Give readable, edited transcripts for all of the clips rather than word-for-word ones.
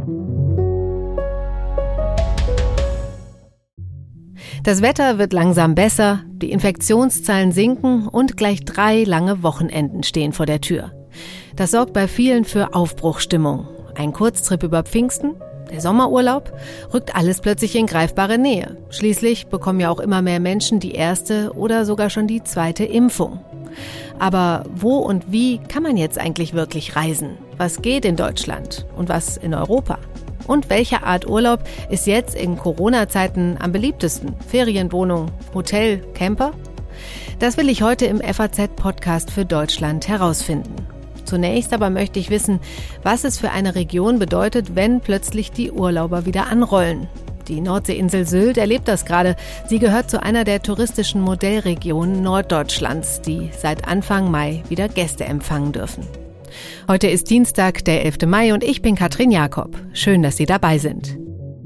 Das Wetter wird langsam besser, die Infektionszahlen sinken und gleich 3 lange Wochenenden stehen vor der Tür. Das sorgt bei vielen für Aufbruchsstimmung. Ein Kurztrip über Pfingsten, der Sommerurlaub, rückt alles plötzlich in greifbare Nähe. Schließlich bekommen ja auch immer mehr Menschen die erste oder sogar schon die zweite Impfung. Aber wo und wie kann man jetzt eigentlich wirklich reisen? Was geht in Deutschland und was in Europa? Und welche Art Urlaub ist jetzt in Corona-Zeiten am beliebtesten? Ferienwohnung, Hotel, Camper? Das will ich heute im FAZ-Podcast für Deutschland herausfinden. Zunächst aber möchte ich wissen, was es für eine Region bedeutet, wenn plötzlich die Urlauber wieder anrollen. Die Nordseeinsel Sylt erlebt das gerade. Sie gehört zu einer der touristischen Modellregionen Norddeutschlands, die seit Anfang Mai wieder Gäste empfangen dürfen. Heute ist Dienstag, der 11. Mai und ich bin Katrin Jakob. Schön, dass Sie dabei sind.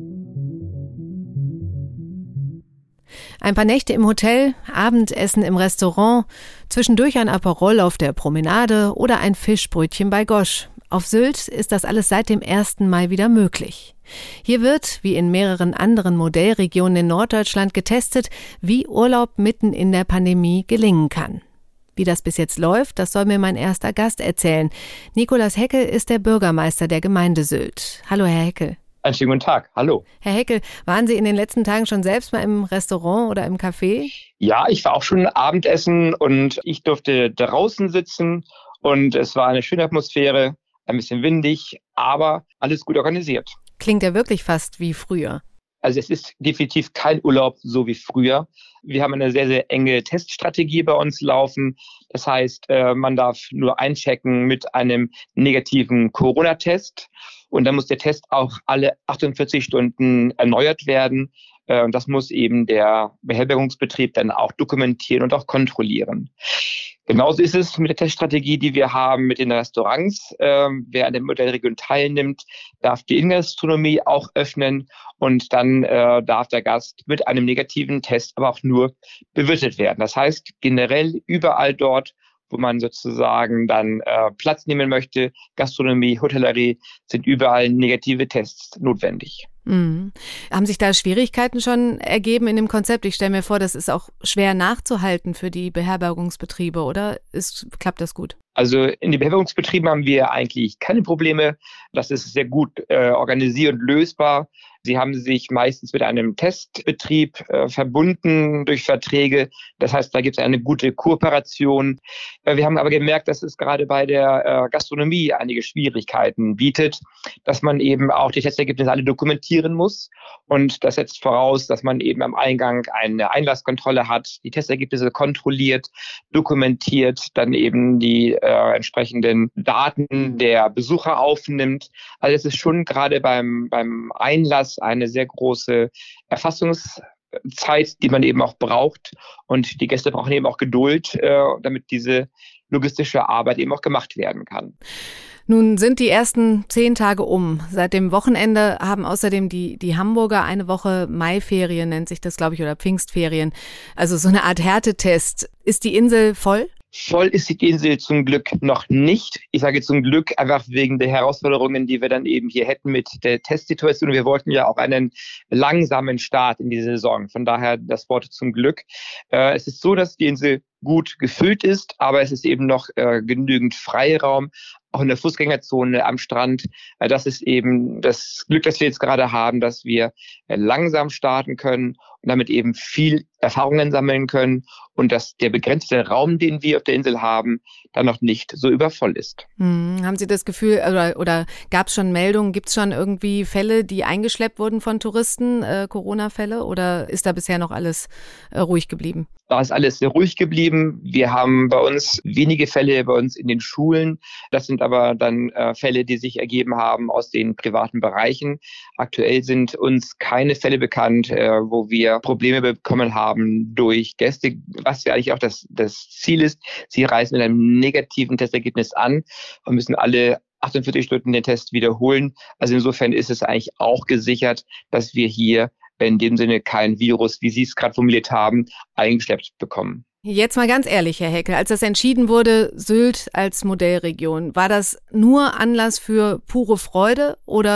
Ein paar Nächte im Hotel, Abendessen im Restaurant, zwischendurch ein Aperol auf der Promenade oder ein Fischbrötchen bei Gosch. Auf Sylt ist das alles seit dem 1. Mai wieder möglich. Hier wird, wie in mehreren anderen Modellregionen in Norddeutschland, getestet, wie Urlaub mitten in der Pandemie gelingen kann. Wie das bis jetzt läuft, das soll mir mein erster Gast erzählen. Nikolaus Heckel ist der Bürgermeister der Gemeinde Sylt. Hallo, Herr Heckel. Einen schönen guten Tag. Hallo. Herr Heckel, waren Sie in den letzten Tagen schon selbst mal im Restaurant oder im Café? Ja, ich war auch schon Abendessen und ich durfte draußen sitzen und es war eine schöne Atmosphäre, ein bisschen windig, aber alles gut organisiert. Klingt ja wirklich fast wie früher. Also es ist definitiv kein Urlaub so wie früher. Wir haben eine sehr, sehr enge Teststrategie bei uns laufen. Das heißt, man darf nur einchecken mit einem negativen Corona-Test. Und dann muss der Test auch alle 48 Stunden erneuert werden. Und das muss eben der Beherbergungsbetrieb dann auch dokumentieren und auch kontrollieren. Genauso ist es mit der Teststrategie, die wir haben mit den Restaurants. Wer an der Modellregion teilnimmt, darf die Innengastronomie auch öffnen und dann darf der Gast mit einem negativen Test aber auch nur bewirtet werden. Das heißt, generell überall dort, wo man sozusagen dann Platz nehmen möchte, Gastronomie, Hotellerie, sind überall negative Tests notwendig. Mhm. Haben sich da Schwierigkeiten schon ergeben in dem Konzept? Ich stelle mir vor, das ist auch schwer nachzuhalten für die Beherbergungsbetriebe, oder klappt das gut? Also in den Beherbergungsbetrieben haben wir eigentlich keine Probleme. Das ist sehr gut organisiert und lösbar. Sie haben sich meistens mit einem Testbetrieb verbunden durch Verträge. Das heißt, da gibt es eine gute Kooperation. Wir haben aber gemerkt, dass es gerade bei der Gastronomie einige Schwierigkeiten bietet, dass man eben auch die Testergebnisse alle dokumentieren muss. Und das setzt voraus, dass man eben am Eingang eine Einlasskontrolle hat, die Testergebnisse kontrolliert, dokumentiert, dann eben die entsprechenden Daten der Besucher aufnimmt. Also es ist schon gerade beim Einlass eine sehr große Erfassungszeit, die man eben auch braucht. Und die Gäste brauchen eben auch Geduld, damit diese logistische Arbeit eben auch gemacht werden kann. Nun sind die ersten 10 Tage um. Seit dem Wochenende haben außerdem die Hamburger eine Woche Maiferien, nennt sich das, glaube ich, oder Pfingstferien. Also so eine Art Härtetest. Ist die Insel voll? Voll ist die Insel zum Glück noch nicht. Ich sage zum Glück einfach wegen der Herausforderungen, die wir dann eben hier hätten mit der Testsituation. Wir wollten ja auch einen langsamen Start in die Saison. Von daher das Wort zum Glück. Es ist so, dass die Insel gut gefüllt ist, aber es ist eben noch genügend Freiraum, auch in der Fußgängerzone am Strand. Das ist eben das Glück, das wir jetzt gerade haben, dass wir langsam starten können und damit eben viel Erfahrungen sammeln können und dass der begrenzte Raum, den wir auf der Insel haben, dann noch nicht so übervoll ist. Haben Sie das Gefühl, oder gab es schon Meldungen, gibt es schon irgendwie Fälle, die eingeschleppt wurden von Touristen, Corona-Fälle, oder ist da bisher noch alles ruhig geblieben? Da ist alles sehr ruhig geblieben. Wir haben bei uns wenige Fälle bei uns in den Schulen. Das sind aber dann Fälle, die sich ergeben haben aus den privaten Bereichen. Aktuell sind uns keine Fälle bekannt, wo wir Probleme bekommen haben durch Gäste, was ja eigentlich auch das Ziel ist. Sie reisen mit einem negativen Testergebnis an und müssen alle 48 Stunden den Test wiederholen. Also insofern ist es eigentlich auch gesichert, dass wir hier in dem Sinne kein Virus, wie Sie es gerade formuliert haben, eingeschleppt bekommen. Jetzt mal ganz ehrlich, Herr Heckel, als das entschieden wurde, Sylt als Modellregion, war das nur Anlass für pure Freude oder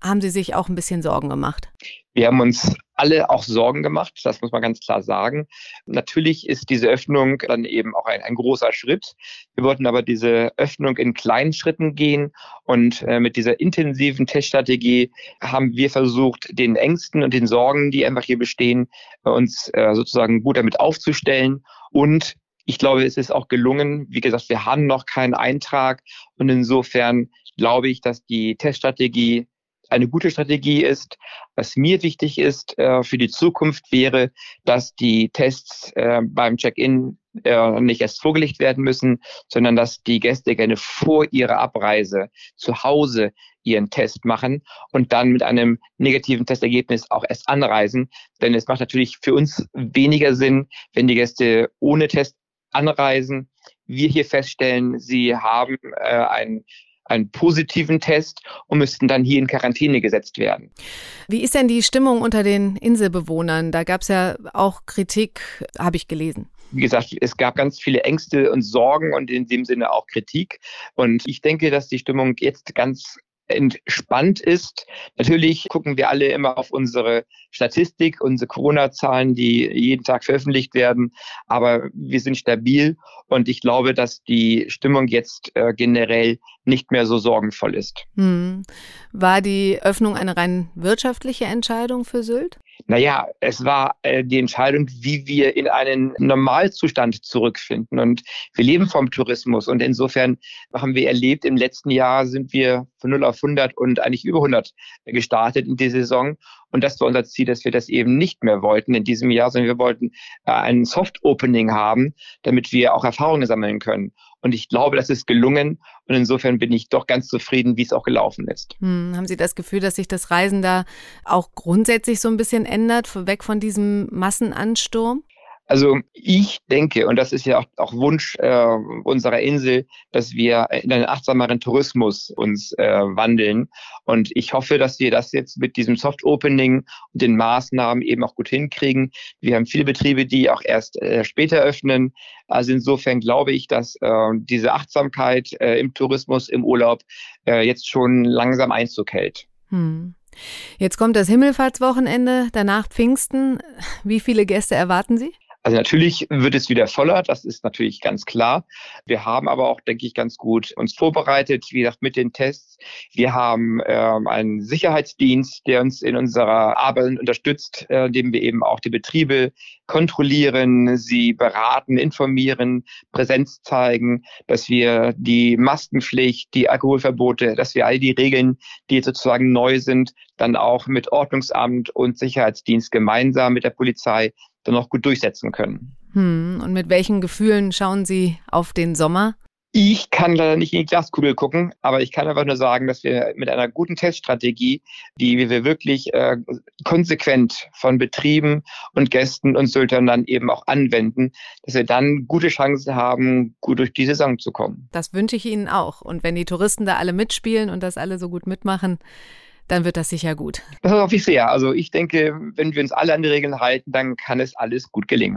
haben Sie sich auch ein bisschen Sorgen gemacht? Wir haben uns alle auch Sorgen gemacht, das muss man ganz klar sagen. Natürlich ist diese Öffnung dann eben auch ein großer Schritt. Wir wollten aber diese Öffnung in kleinen Schritten gehen und mit dieser intensiven Teststrategie haben wir versucht, den Ängsten und den Sorgen, die einfach hier bestehen, uns sozusagen gut damit aufzustellen. Und ich glaube, es ist auch gelungen. Wie gesagt, wir haben noch keinen Eintrag und insofern glaube ich, dass die Teststrategie eine gute Strategie ist. Was mir wichtig ist für die Zukunft wäre, dass die Tests beim Check-in nicht erst vorgelegt werden müssen, sondern dass die Gäste gerne vor ihrer Abreise zu Hause ihren Test machen und dann mit einem negativen Testergebnis auch erst anreisen. Denn es macht natürlich für uns weniger Sinn, wenn die Gäste ohne Test anreisen. Wir hier feststellen, sie haben einen positiven Test und müssten dann hier in Quarantäne gesetzt werden. Wie ist denn die Stimmung unter den Inselbewohnern? Da gab es ja auch Kritik, habe ich gelesen. Wie gesagt, es gab ganz viele Ängste und Sorgen und in dem Sinne auch Kritik. Und ich denke, dass die Stimmung jetzt ganz entspannt ist. Natürlich gucken wir alle immer auf unsere Statistik, unsere Corona-Zahlen, die jeden Tag veröffentlicht werden. Aber wir sind stabil und ich glaube, dass die Stimmung jetzt generell nicht mehr so sorgenvoll ist. War die Öffnung eine rein wirtschaftliche Entscheidung für Sylt? Naja, es war die Entscheidung, wie wir in einen Normalzustand zurückfinden. Und wir leben vom Tourismus. Und insofern haben wir erlebt, im letzten Jahr sind wir von 0 auf 100 und eigentlich über 100 gestartet in die Saison. Und das war unser Ziel, dass wir das eben nicht mehr wollten in diesem Jahr, sondern wir wollten ein Soft-Opening haben, damit wir auch Erfahrungen sammeln können. Und ich glaube, das ist gelungen. Und insofern bin ich doch ganz zufrieden, wie es auch gelaufen ist. Haben Sie das Gefühl, dass sich das Reisen da auch grundsätzlich so ein bisschen ändert, weg von diesem Massenansturm? Also ich denke, und das ist ja auch Wunsch unserer Insel, dass wir in einen achtsameren Tourismus uns wandeln. Und ich hoffe, dass wir das jetzt mit diesem Soft-Opening und den Maßnahmen eben auch gut hinkriegen. Wir haben viele Betriebe, die auch erst später öffnen. Also insofern glaube ich, dass diese Achtsamkeit im Tourismus, im Urlaub jetzt schon langsam Einzug hält. Jetzt kommt das Himmelfahrtswochenende, danach Pfingsten. Wie viele Gäste erwarten Sie? Also natürlich wird es wieder voller, das ist natürlich ganz klar. Wir haben aber auch, denke ich, ganz gut uns vorbereitet, wie gesagt, mit den Tests. Wir haben einen Sicherheitsdienst, der uns in unserer Arbeit unterstützt, indem wir eben auch die Betriebe kontrollieren, sie beraten, informieren, Präsenz zeigen, dass wir die Maskenpflicht, die Alkoholverbote, dass wir all die Regeln, die jetzt sozusagen neu sind, dann auch mit Ordnungsamt und Sicherheitsdienst gemeinsam mit der Polizei dann auch gut durchsetzen können. Und mit welchen Gefühlen schauen Sie auf den Sommer? Ich kann leider nicht in die Glaskugel gucken, aber ich kann einfach nur sagen, dass wir mit einer guten Teststrategie, die wir wirklich konsequent von Betrieben und Gästen und Syltern dann eben auch anwenden, dass wir dann gute Chancen haben, gut durch die Saison zu kommen. Das wünsche ich Ihnen auch. Und wenn die Touristen da alle mitspielen und das alle so gut mitmachen, dann wird das sicher gut. Das hoffe ich sehr. Also ich denke, wenn wir uns alle an die Regeln halten, dann kann es alles gut gelingen.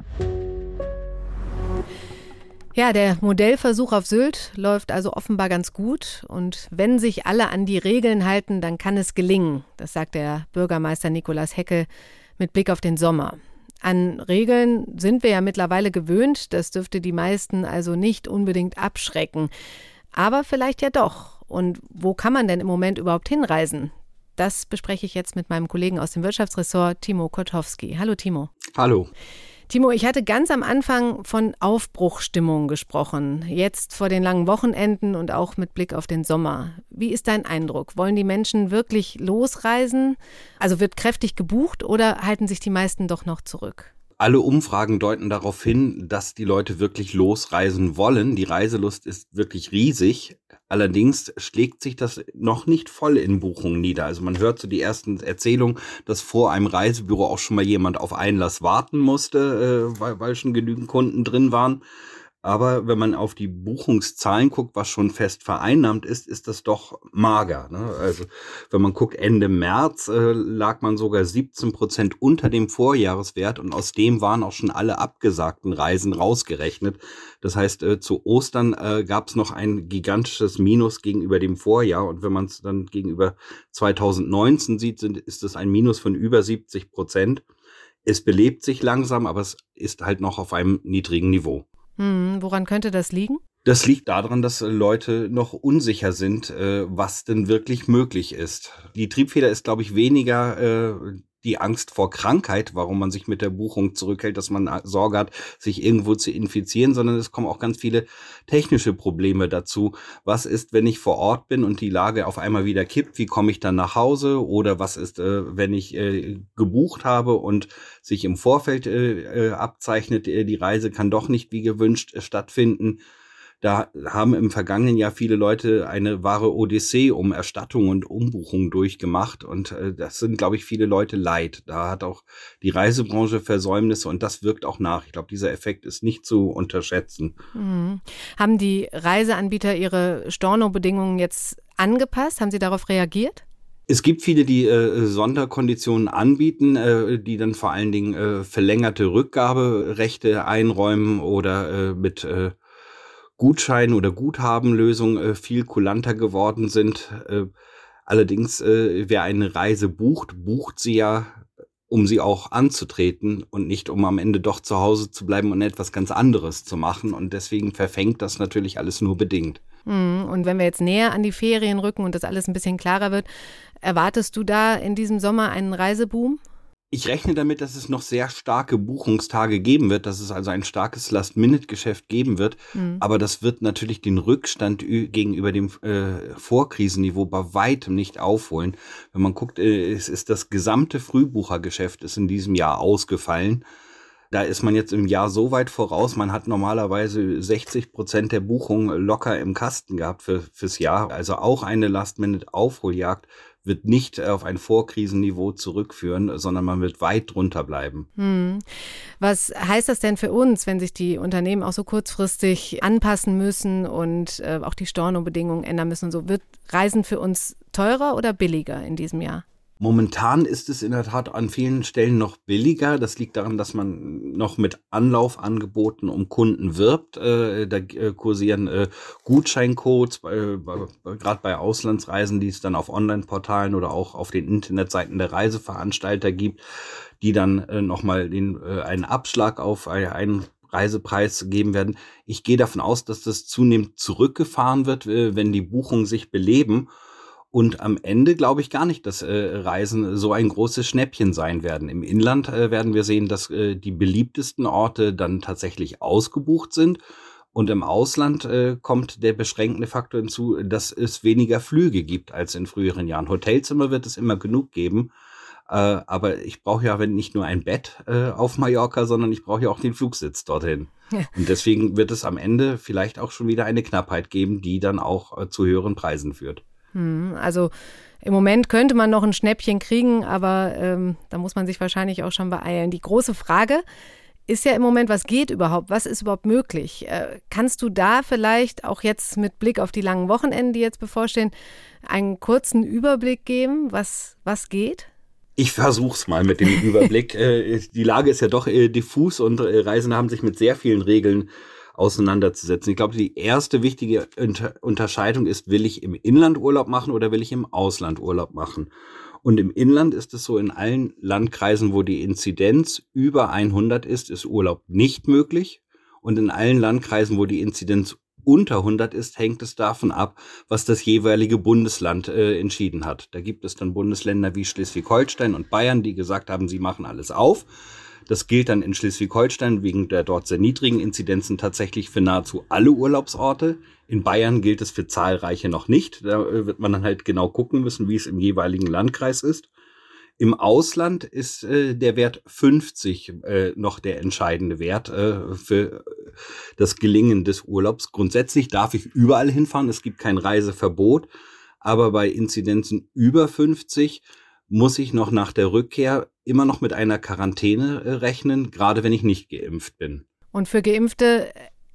Ja, der Modellversuch auf Sylt läuft also offenbar ganz gut. Und wenn sich alle an die Regeln halten, dann kann es gelingen. Das sagt der Bürgermeister Nikolaus Hecke mit Blick auf den Sommer. An Regeln sind wir ja mittlerweile gewöhnt. Das dürfte die meisten also nicht unbedingt abschrecken. Aber vielleicht ja doch. Und wo kann man denn im Moment überhaupt hinreisen? Das bespreche ich jetzt mit meinem Kollegen aus dem Wirtschaftsressort, Timo Kotowski. Hallo Timo. Hallo. Timo, ich hatte ganz am Anfang von Aufbruchstimmung gesprochen. Jetzt vor den langen Wochenenden und auch mit Blick auf den Sommer. Wie ist dein Eindruck? Wollen die Menschen wirklich losreisen? Also wird kräftig gebucht oder halten sich die meisten doch noch zurück? Alle Umfragen deuten darauf hin, dass die Leute wirklich losreisen wollen. Die Reiselust ist wirklich riesig. Allerdings schlägt sich das noch nicht voll in Buchungen nieder. Also man hört so die ersten Erzählungen, dass vor einem Reisebüro auch schon mal jemand auf Einlass warten musste, weil schon genügend Kunden drin waren. Aber wenn man auf die Buchungszahlen guckt, was schon fest vereinnahmt ist, ist das doch mager, ne? Also wenn man guckt, Ende März lag man sogar 17% unter dem Vorjahreswert und aus dem waren auch schon alle abgesagten Reisen rausgerechnet. Das heißt, zu Ostern gab es noch ein gigantisches Minus gegenüber dem Vorjahr. Und wenn man es dann gegenüber 2019 sieht, ist es ein Minus von über 70%. Es belebt sich langsam, aber es ist halt noch auf einem niedrigen Niveau. Woran könnte das liegen? Das liegt daran, dass Leute noch unsicher sind, was denn wirklich möglich ist. Die Triebfeder ist, glaube ich, weniger die Angst vor Krankheit, warum man sich mit der Buchung zurückhält, dass man Sorge hat, sich irgendwo zu infizieren, sondern es kommen auch ganz viele technische Probleme dazu. Was ist, wenn ich vor Ort bin und die Lage auf einmal wieder kippt? Wie komme ich dann nach Hause? Oder was ist, wenn ich gebucht habe und sich im Vorfeld abzeichnet, die Reise kann doch nicht wie gewünscht stattfinden? Da haben im vergangenen Jahr viele Leute eine wahre Odyssee um Erstattung und Umbuchung durchgemacht. Und das sind, glaube ich, viele Leute leid. Da hat auch die Reisebranche Versäumnisse und das wirkt auch nach. Ich glaube, dieser Effekt ist nicht zu unterschätzen. Haben die Reiseanbieter ihre Stornobedingungen jetzt angepasst? Haben sie darauf reagiert? Es gibt viele, die Sonderkonditionen anbieten, die dann vor allen Dingen verlängerte Rückgaberechte einräumen oder mit Gutschein- oder Guthabenlösungen viel kulanter geworden sind. Allerdings, wer eine Reise bucht sie ja, um sie auch anzutreten und nicht, um am Ende doch zu Hause zu bleiben und etwas ganz anderes zu machen. Und deswegen verfängt das natürlich alles nur bedingt. Und wenn wir jetzt näher an die Ferien rücken und das alles ein bisschen klarer wird, erwartest du da in diesem Sommer einen Reiseboom? Ich rechne damit, dass es noch sehr starke Buchungstage geben wird, dass es also ein starkes Last-Minute-Geschäft geben wird. Aber das wird natürlich den Rückstand gegenüber dem Vorkrisenniveau bei weitem nicht aufholen. Wenn man guckt, es ist das gesamte Frühbuchergeschäft ist in diesem Jahr ausgefallen. Da ist man jetzt im Jahr so weit voraus, man hat normalerweise 60% der Buchungen locker im Kasten gehabt fürs Jahr. Also auch eine Last-Minute-Aufholjagd wird nicht auf ein Vorkrisenniveau zurückführen, sondern man wird weit drunter bleiben. Was heißt das denn für uns, wenn sich die Unternehmen auch so kurzfristig anpassen müssen und auch die Stornobedingungen ändern müssen? So, wird Reisen für uns teurer oder billiger in diesem Jahr? Momentan ist es in der Tat an vielen Stellen noch billiger. Das liegt daran, dass man noch mit Anlaufangeboten um Kunden wirbt. Da kursieren Gutscheincodes, gerade bei Auslandsreisen, die es dann auf Online-Portalen oder auch auf den Internetseiten der Reiseveranstalter gibt, die dann nochmal einen Abschlag auf einen Reisepreis geben werden. Ich gehe davon aus, dass das zunehmend zurückgefahren wird, wenn die Buchungen sich beleben. Und am Ende glaube ich gar nicht, dass Reisen so ein großes Schnäppchen sein werden. Im Inland werden wir sehen, dass die beliebtesten Orte dann tatsächlich ausgebucht sind. Und im Ausland kommt der beschränkende Faktor hinzu, dass es weniger Flüge gibt als in früheren Jahren. Hotelzimmer wird es immer genug geben. Aber ich brauche ja nicht nur ein Bett auf Mallorca, sondern ich brauche ja auch den Flugsitz dorthin. Ja. Und deswegen wird es am Ende vielleicht auch schon wieder eine Knappheit geben, die dann auch zu höheren Preisen führt. Also im Moment könnte man noch ein Schnäppchen kriegen, aber da muss man sich wahrscheinlich auch schon beeilen. Die große Frage ist ja im Moment, was geht überhaupt? Was ist überhaupt möglich? Kannst du da vielleicht auch jetzt mit Blick auf die langen Wochenenden, die jetzt bevorstehen, einen kurzen Überblick geben, was geht? Ich versuch's mal mit dem Überblick. Die Lage ist ja doch diffus und Reisende haben sich mit sehr vielen Regeln auseinanderzusetzen. Ich glaube, die erste wichtige Unterscheidung ist, will ich im Inland Urlaub machen oder will ich im Ausland Urlaub machen? Und im Inland ist es so, in allen Landkreisen, wo die Inzidenz über 100 ist Urlaub nicht möglich. Und in allen Landkreisen, wo die Inzidenz unter 100 ist, hängt es davon ab, was das jeweilige Bundesland entschieden hat. Da gibt es dann Bundesländer wie Schleswig-Holstein und Bayern, die gesagt haben, sie machen alles auf. Das gilt dann in Schleswig-Holstein wegen der dort sehr niedrigen Inzidenzen tatsächlich für nahezu alle Urlaubsorte. In Bayern gilt es für zahlreiche noch nicht. Da wird man dann halt genau gucken müssen, wie es im jeweiligen Landkreis ist. Im Ausland ist der Wert 50 noch der entscheidende Wert für das Gelingen des Urlaubs. Grundsätzlich darf ich überall hinfahren. Es gibt kein Reiseverbot. Aber bei Inzidenzen über 50 muss ich noch nach der Rückkehr immer noch mit einer Quarantäne rechnen, gerade wenn ich nicht geimpft bin. Und für Geimpfte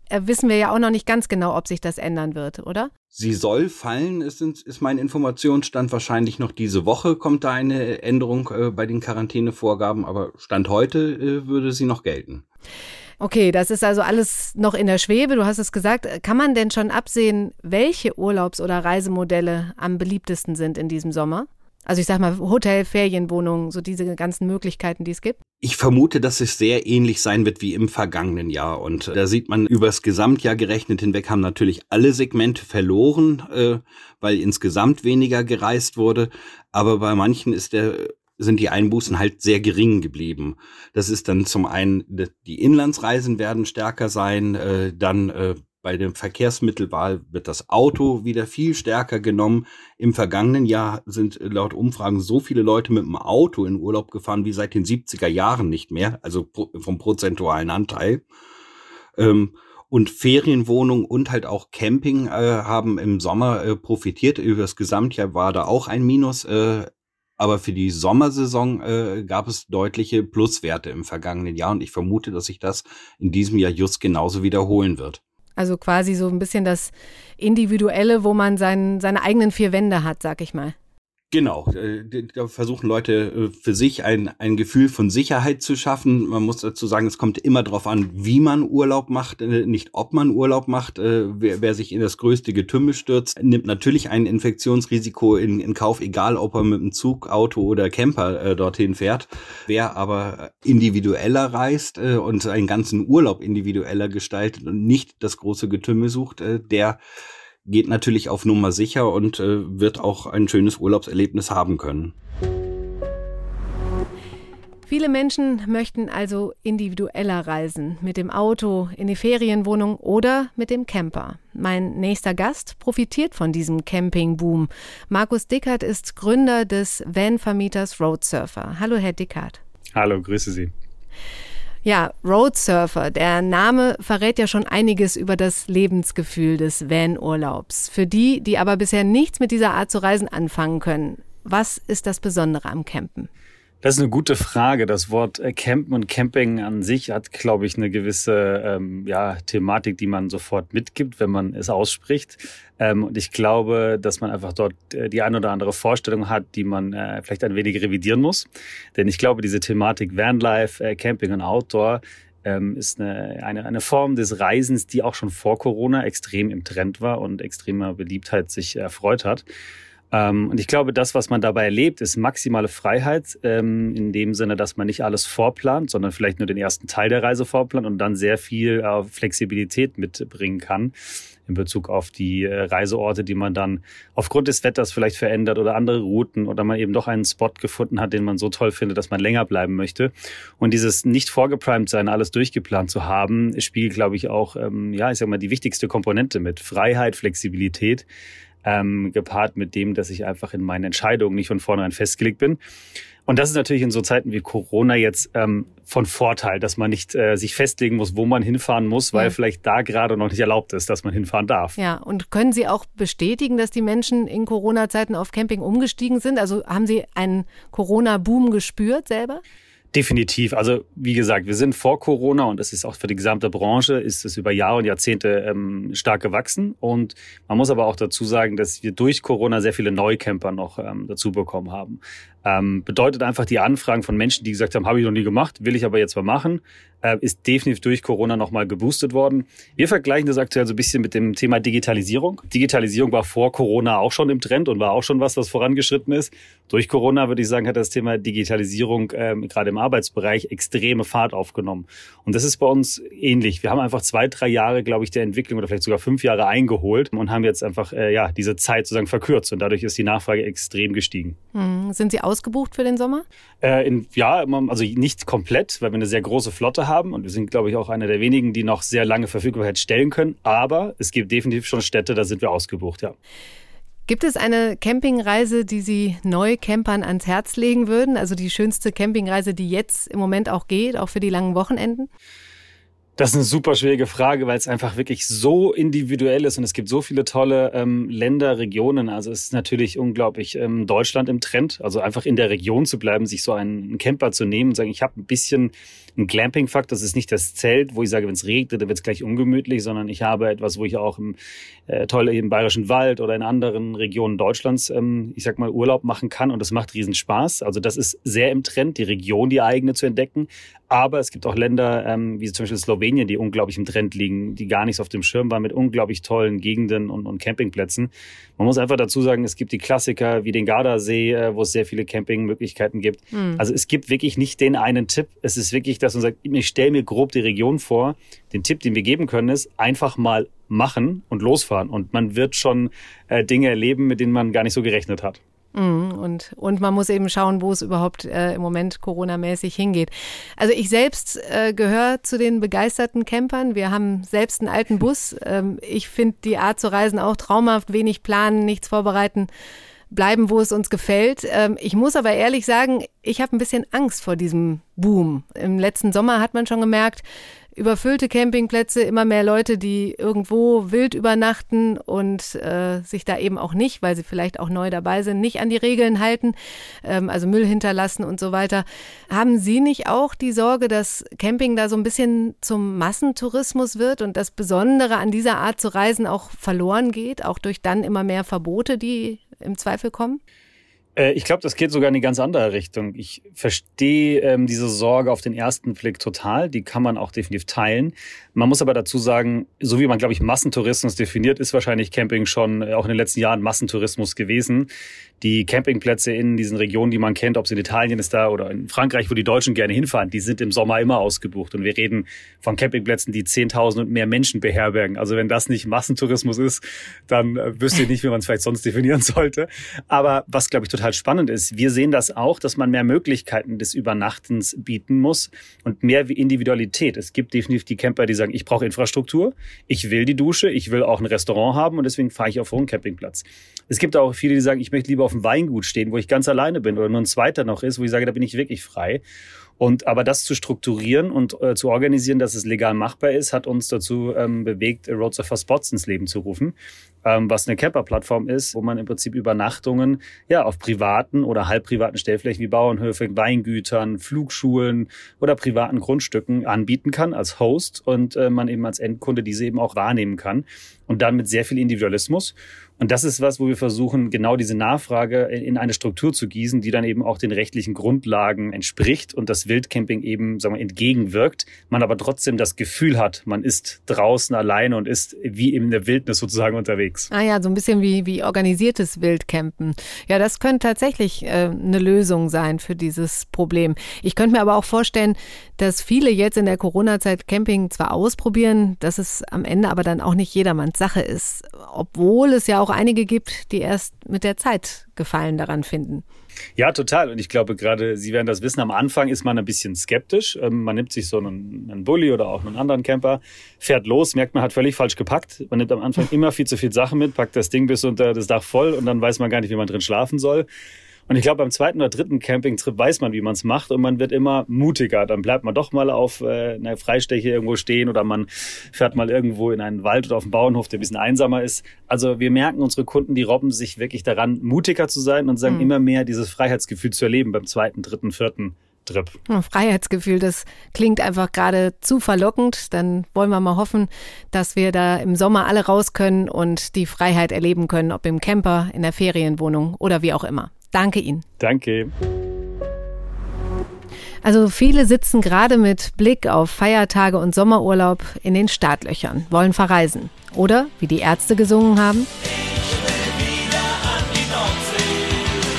wissen wir ja auch noch nicht ganz genau, ob sich das ändern wird, oder? Sie soll fallen, ist mein Informationsstand. Wahrscheinlich noch diese Woche kommt da eine Änderung bei den Quarantänevorgaben, aber Stand heute würde sie noch gelten. Okay, das ist also alles noch in der Schwebe, du hast es gesagt. Kann man denn schon absehen, welche Urlaubs- oder Reisemodelle am beliebtesten sind in diesem Sommer? Also ich sag mal Hotel, Ferienwohnungen, so diese ganzen Möglichkeiten, die es gibt? Ich vermute, dass es sehr ähnlich sein wird wie im vergangenen Jahr. Und da sieht man, übers Gesamtjahr gerechnet hinweg haben natürlich alle Segmente verloren, weil insgesamt weniger gereist wurde. Aber bei manchen sind die Einbußen halt sehr gering geblieben. Das ist dann zum einen, die Inlandsreisen werden stärker sein, dann bei der Verkehrsmittelwahl wird das Auto wieder viel stärker genommen. Im vergangenen Jahr sind laut Umfragen so viele Leute mit dem Auto in Urlaub gefahren wie seit den 70er Jahren nicht mehr, also vom prozentualen Anteil. Und Ferienwohnungen und halt auch Camping haben im Sommer profitiert. Über das Gesamtjahr war da auch ein Minus. Aber für die Sommersaison gab es deutliche Pluswerte im vergangenen Jahr. Und ich vermute, dass sich das in diesem Jahr just genauso wiederholen wird. Also quasi so ein bisschen das Individuelle, wo man seine eigenen vier Wände hat, sag ich mal. Genau, da versuchen Leute für sich ein Gefühl von Sicherheit zu schaffen. Man muss dazu sagen, es kommt immer darauf an, wie man Urlaub macht, nicht ob man Urlaub macht. Wer sich in das größte Getümmel stürzt, nimmt natürlich ein Infektionsrisiko in Kauf, egal ob er mit dem Zug, Auto oder Camper dorthin fährt. Wer aber individueller reist und einen ganzen Urlaub individueller gestaltet und nicht das große Getümmel sucht, der geht natürlich auf Nummer sicher und wird auch ein schönes Urlaubserlebnis haben können. Viele Menschen möchten also individueller reisen, mit dem Auto, in die Ferienwohnung oder mit dem Camper. Mein nächster Gast profitiert von diesem Campingboom. Markus Dickert ist Gründer des Van-Vermieters Roadsurfer. Hallo, Herr Dickert. Hallo, grüße Sie. Ja, Roadsurfer, der Name verrät ja schon einiges über das Lebensgefühl des Van-Urlaubs. Für die, die aber bisher nichts mit dieser Art zu reisen anfangen können, was ist das Besondere am Campen? Das ist eine gute Frage. Das Wort Campen und Camping an sich hat, glaube ich, eine gewisse Thematik, die man sofort mitgibt, wenn man es ausspricht. Und ich glaube, dass man einfach dort die ein oder andere Vorstellung hat, die man vielleicht ein wenig revidieren muss. Denn ich glaube, diese Thematik Vanlife, Camping und Outdoor ist eine Form des Reisens, die auch schon vor Corona extrem im Trend war und extremer Beliebtheit sich erfreut hat. Und ich glaube, das, was man dabei erlebt, ist maximale Freiheit, in dem Sinne, dass man nicht alles vorplant, sondern vielleicht nur den ersten Teil der Reise vorplant und dann sehr viel Flexibilität mitbringen kann in Bezug auf die Reiseorte, die man dann aufgrund des Wetters vielleicht verändert oder andere Routen oder man eben doch einen Spot gefunden hat, den man so toll findet, dass man länger bleiben möchte. Und dieses nicht vorgeprimed sein, alles durchgeplant zu haben, spiegelt, glaube ich, auch, die wichtigste Komponente mit Freiheit, Flexibilität, gepaart mit dem, dass ich einfach in meinen Entscheidungen nicht von vornherein festgelegt bin. Und das ist natürlich in so Zeiten wie Corona jetzt von Vorteil, dass man nicht sich festlegen muss, wo man hinfahren muss, weil vielleicht da gerade noch nicht erlaubt ist, dass man hinfahren darf. Ja, und können Sie auch bestätigen, dass die Menschen in Corona-Zeiten auf Camping umgestiegen sind? Also haben Sie einen Corona-Boom gespürt selber? Definitiv. Also wie gesagt, wir sind vor Corona und das ist auch für die gesamte Branche, ist es über Jahre und Jahrzehnte stark gewachsen. Und man muss aber auch dazu sagen, dass wir durch Corona sehr viele Neucamper noch dazu bekommen haben. Bedeutet einfach, die Anfragen von Menschen, die gesagt haben, habe ich noch nie gemacht, will ich aber jetzt mal machen, ist definitiv durch Corona nochmal geboostet worden. Wir vergleichen das aktuell so ein bisschen mit dem Thema Digitalisierung. Digitalisierung war vor Corona auch schon im Trend und war auch schon was vorangeschritten ist. Durch Corona, würde ich sagen, hat das Thema Digitalisierung gerade im Arbeitsbereich extreme Fahrt aufgenommen. Und das ist bei uns ähnlich. Wir haben einfach 2-3 Jahre, glaube ich, der Entwicklung oder vielleicht sogar 5 Jahre eingeholt und haben jetzt einfach diese Zeit sozusagen verkürzt. Und dadurch ist die Nachfrage extrem gestiegen. Sind Sie ausgebucht für den Sommer? Also nicht komplett, weil wir eine sehr große Flotte haben und wir sind, glaube ich, auch einer der wenigen, die noch sehr lange Verfügbarkeit stellen können. Aber es gibt definitiv schon Städte, da sind wir ausgebucht, ja. Gibt es eine Campingreise, die Sie Neucampern ans Herz legen würden? Also die schönste Campingreise, die jetzt im Moment auch geht, auch für die langen Wochenenden? Das ist eine super schwierige Frage, weil es einfach wirklich so individuell ist und es gibt so viele tolle Länder, Regionen. Also es ist natürlich unglaublich Deutschland im Trend, also einfach in der Region zu bleiben, sich so einen Camper zu nehmen und sagen, ich habe ein bisschen einen Glamping-Fakt. Das ist nicht das Zelt, wo ich sage, wenn es regnet, dann wird es gleich ungemütlich, sondern ich habe etwas, wo ich auch im Bayerischen Wald oder in anderen Regionen Deutschlands, ich sag mal, Urlaub machen kann und das macht riesen Spaß. Also das ist sehr im Trend, die Region, die eigene zu entdecken. Aber es gibt auch Länder, wie zum Beispiel Slowenien, die unglaublich im Trend liegen, die gar nichts auf dem Schirm waren, mit unglaublich tollen Gegenden und Campingplätzen. Man muss einfach dazu sagen, es gibt die Klassiker wie den Gardasee, wo es sehr viele Campingmöglichkeiten gibt. Also es gibt wirklich nicht den einen Tipp. Es ist wirklich, dass man sagt, ich stelle mir grob die Region vor. Den Tipp, den wir geben können, ist einfach mal machen und losfahren. Und man wird schon Dinge erleben, mit denen man gar nicht so gerechnet hat. Und man muss eben schauen, wo es überhaupt im Moment Corona-mäßig hingeht. Also ich selbst gehöre zu den begeisterten Campern. Wir haben selbst einen alten Bus. Ich finde die Art zu reisen auch traumhaft. Wenig planen, nichts vorbereiten, bleiben, wo es uns gefällt. Ich muss aber ehrlich sagen, ich habe ein bisschen Angst vor diesem Boom. Im letzten Sommer hat man schon gemerkt, überfüllte Campingplätze, immer mehr Leute, die irgendwo wild übernachten und sich da eben auch nicht, weil sie vielleicht auch neu dabei sind, nicht an die Regeln halten, also Müll hinterlassen und so weiter. Haben Sie nicht auch die Sorge, dass Camping da so ein bisschen zum Massentourismus wird und das Besondere an dieser Art zu reisen auch verloren geht, auch durch dann immer mehr Verbote, die im Zweifel kommen? Ich glaube, das geht sogar in eine ganz andere Richtung. Ich verstehe diese Sorge auf den ersten Blick total. Die kann man auch definitiv teilen. Man muss aber dazu sagen, so wie man, glaube ich, Massentourismus definiert, ist wahrscheinlich Camping schon auch in den letzten Jahren Massentourismus gewesen. Die Campingplätze in diesen Regionen, die man kennt, ob es in Italien ist da oder in Frankreich, wo die Deutschen gerne hinfahren, die sind im Sommer immer ausgebucht. Und wir reden von Campingplätzen, die 10.000 und mehr Menschen beherbergen. Also wenn das nicht Massentourismus ist, dann wüsste ich nicht, wie man es vielleicht sonst definieren sollte. Aber was, glaube ich, total spannend ist, wir sehen das auch, dass man mehr Möglichkeiten des Übernachtens bieten muss und mehr Individualität. Es gibt definitiv die Camper, die sagen, ich brauche Infrastruktur, ich will die Dusche, ich will auch ein Restaurant haben und deswegen fahre ich auf einen Campingplatz. Es gibt auch viele, die sagen, ich möchte lieber auf dem Weingut stehen, wo ich ganz alleine bin oder nur ein zweiter noch ist, wo ich sage, da bin ich wirklich frei. Aber das zu strukturieren und zu organisieren, dass es legal machbar ist, hat uns dazu bewegt, Roadster for Spots ins Leben zu rufen, was eine Camper-Plattform ist, wo man im Prinzip Übernachtungen auf privaten oder halbprivaten Stellflächen wie Bauernhöfe, Weingütern, Flugschulen oder privaten Grundstücken anbieten kann als Host und man eben als Endkunde diese eben auch wahrnehmen kann und dann mit sehr viel Individualismus. Und das ist was, wo wir versuchen, genau diese Nachfrage in eine Struktur zu gießen, die dann eben auch den rechtlichen Grundlagen entspricht und das Wildcamping eben, sagen wir, entgegenwirkt. Man aber trotzdem das Gefühl hat, man ist draußen alleine und ist wie in der Wildnis sozusagen unterwegs. Ah ja, so ein bisschen wie organisiertes Wildcampen. Ja, das könnte tatsächlich eine Lösung sein für dieses Problem. Ich könnte mir aber auch vorstellen, dass viele jetzt in der Corona-Zeit Camping zwar ausprobieren, dass es am Ende aber dann auch nicht jedermanns Sache ist. Obwohl es ja auch einige gibt, die erst mit der Zeit Gefallen daran finden. Ja, total. Und ich glaube gerade, Sie werden das wissen, am Anfang ist man ein bisschen skeptisch. Man nimmt sich so einen Bulli oder auch einen anderen Camper, fährt los, merkt, man hat völlig falsch gepackt. Man nimmt am Anfang immer viel zu viel Sachen mit, packt das Ding bis unter das Dach voll und dann weiß man gar nicht, wie man drin schlafen soll. Und ich glaube, beim zweiten oder dritten Campingtrip weiß man, wie man es macht und man wird immer mutiger. Dann bleibt man doch mal auf einer Freistelle irgendwo stehen oder man fährt mal irgendwo in einen Wald oder auf einen Bauernhof, der ein bisschen einsamer ist. Also wir merken, unsere Kunden, die robben sich wirklich daran, mutiger zu sein und sagen immer mehr, dieses Freiheitsgefühl zu erleben beim zweiten, dritten, vierten Trip. Freiheitsgefühl, das klingt einfach gerade zu verlockend. Dann wollen wir mal hoffen, dass wir da im Sommer alle raus können und die Freiheit erleben können, ob im Camper, in der Ferienwohnung oder wie auch immer. Danke Ihnen. Danke. Also viele sitzen gerade mit Blick auf Feiertage und Sommerurlaub in den Startlöchern, wollen verreisen. Oder, wie die Ärzte gesungen haben, ich will wieder an die Nordsee.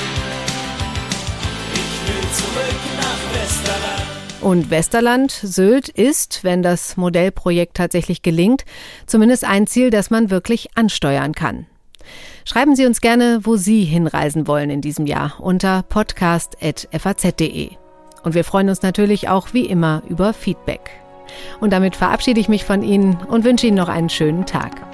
Ich will zurück nach Westerland. Und Westerland, Sylt ist, wenn das Modellprojekt tatsächlich gelingt, zumindest ein Ziel, das man wirklich ansteuern kann. Schreiben Sie uns gerne, wo Sie hinreisen wollen in diesem Jahr unter podcast@faz.de. Und wir freuen uns natürlich auch wie immer über Feedback. Und damit verabschiede ich mich von Ihnen und wünsche Ihnen noch einen schönen Tag.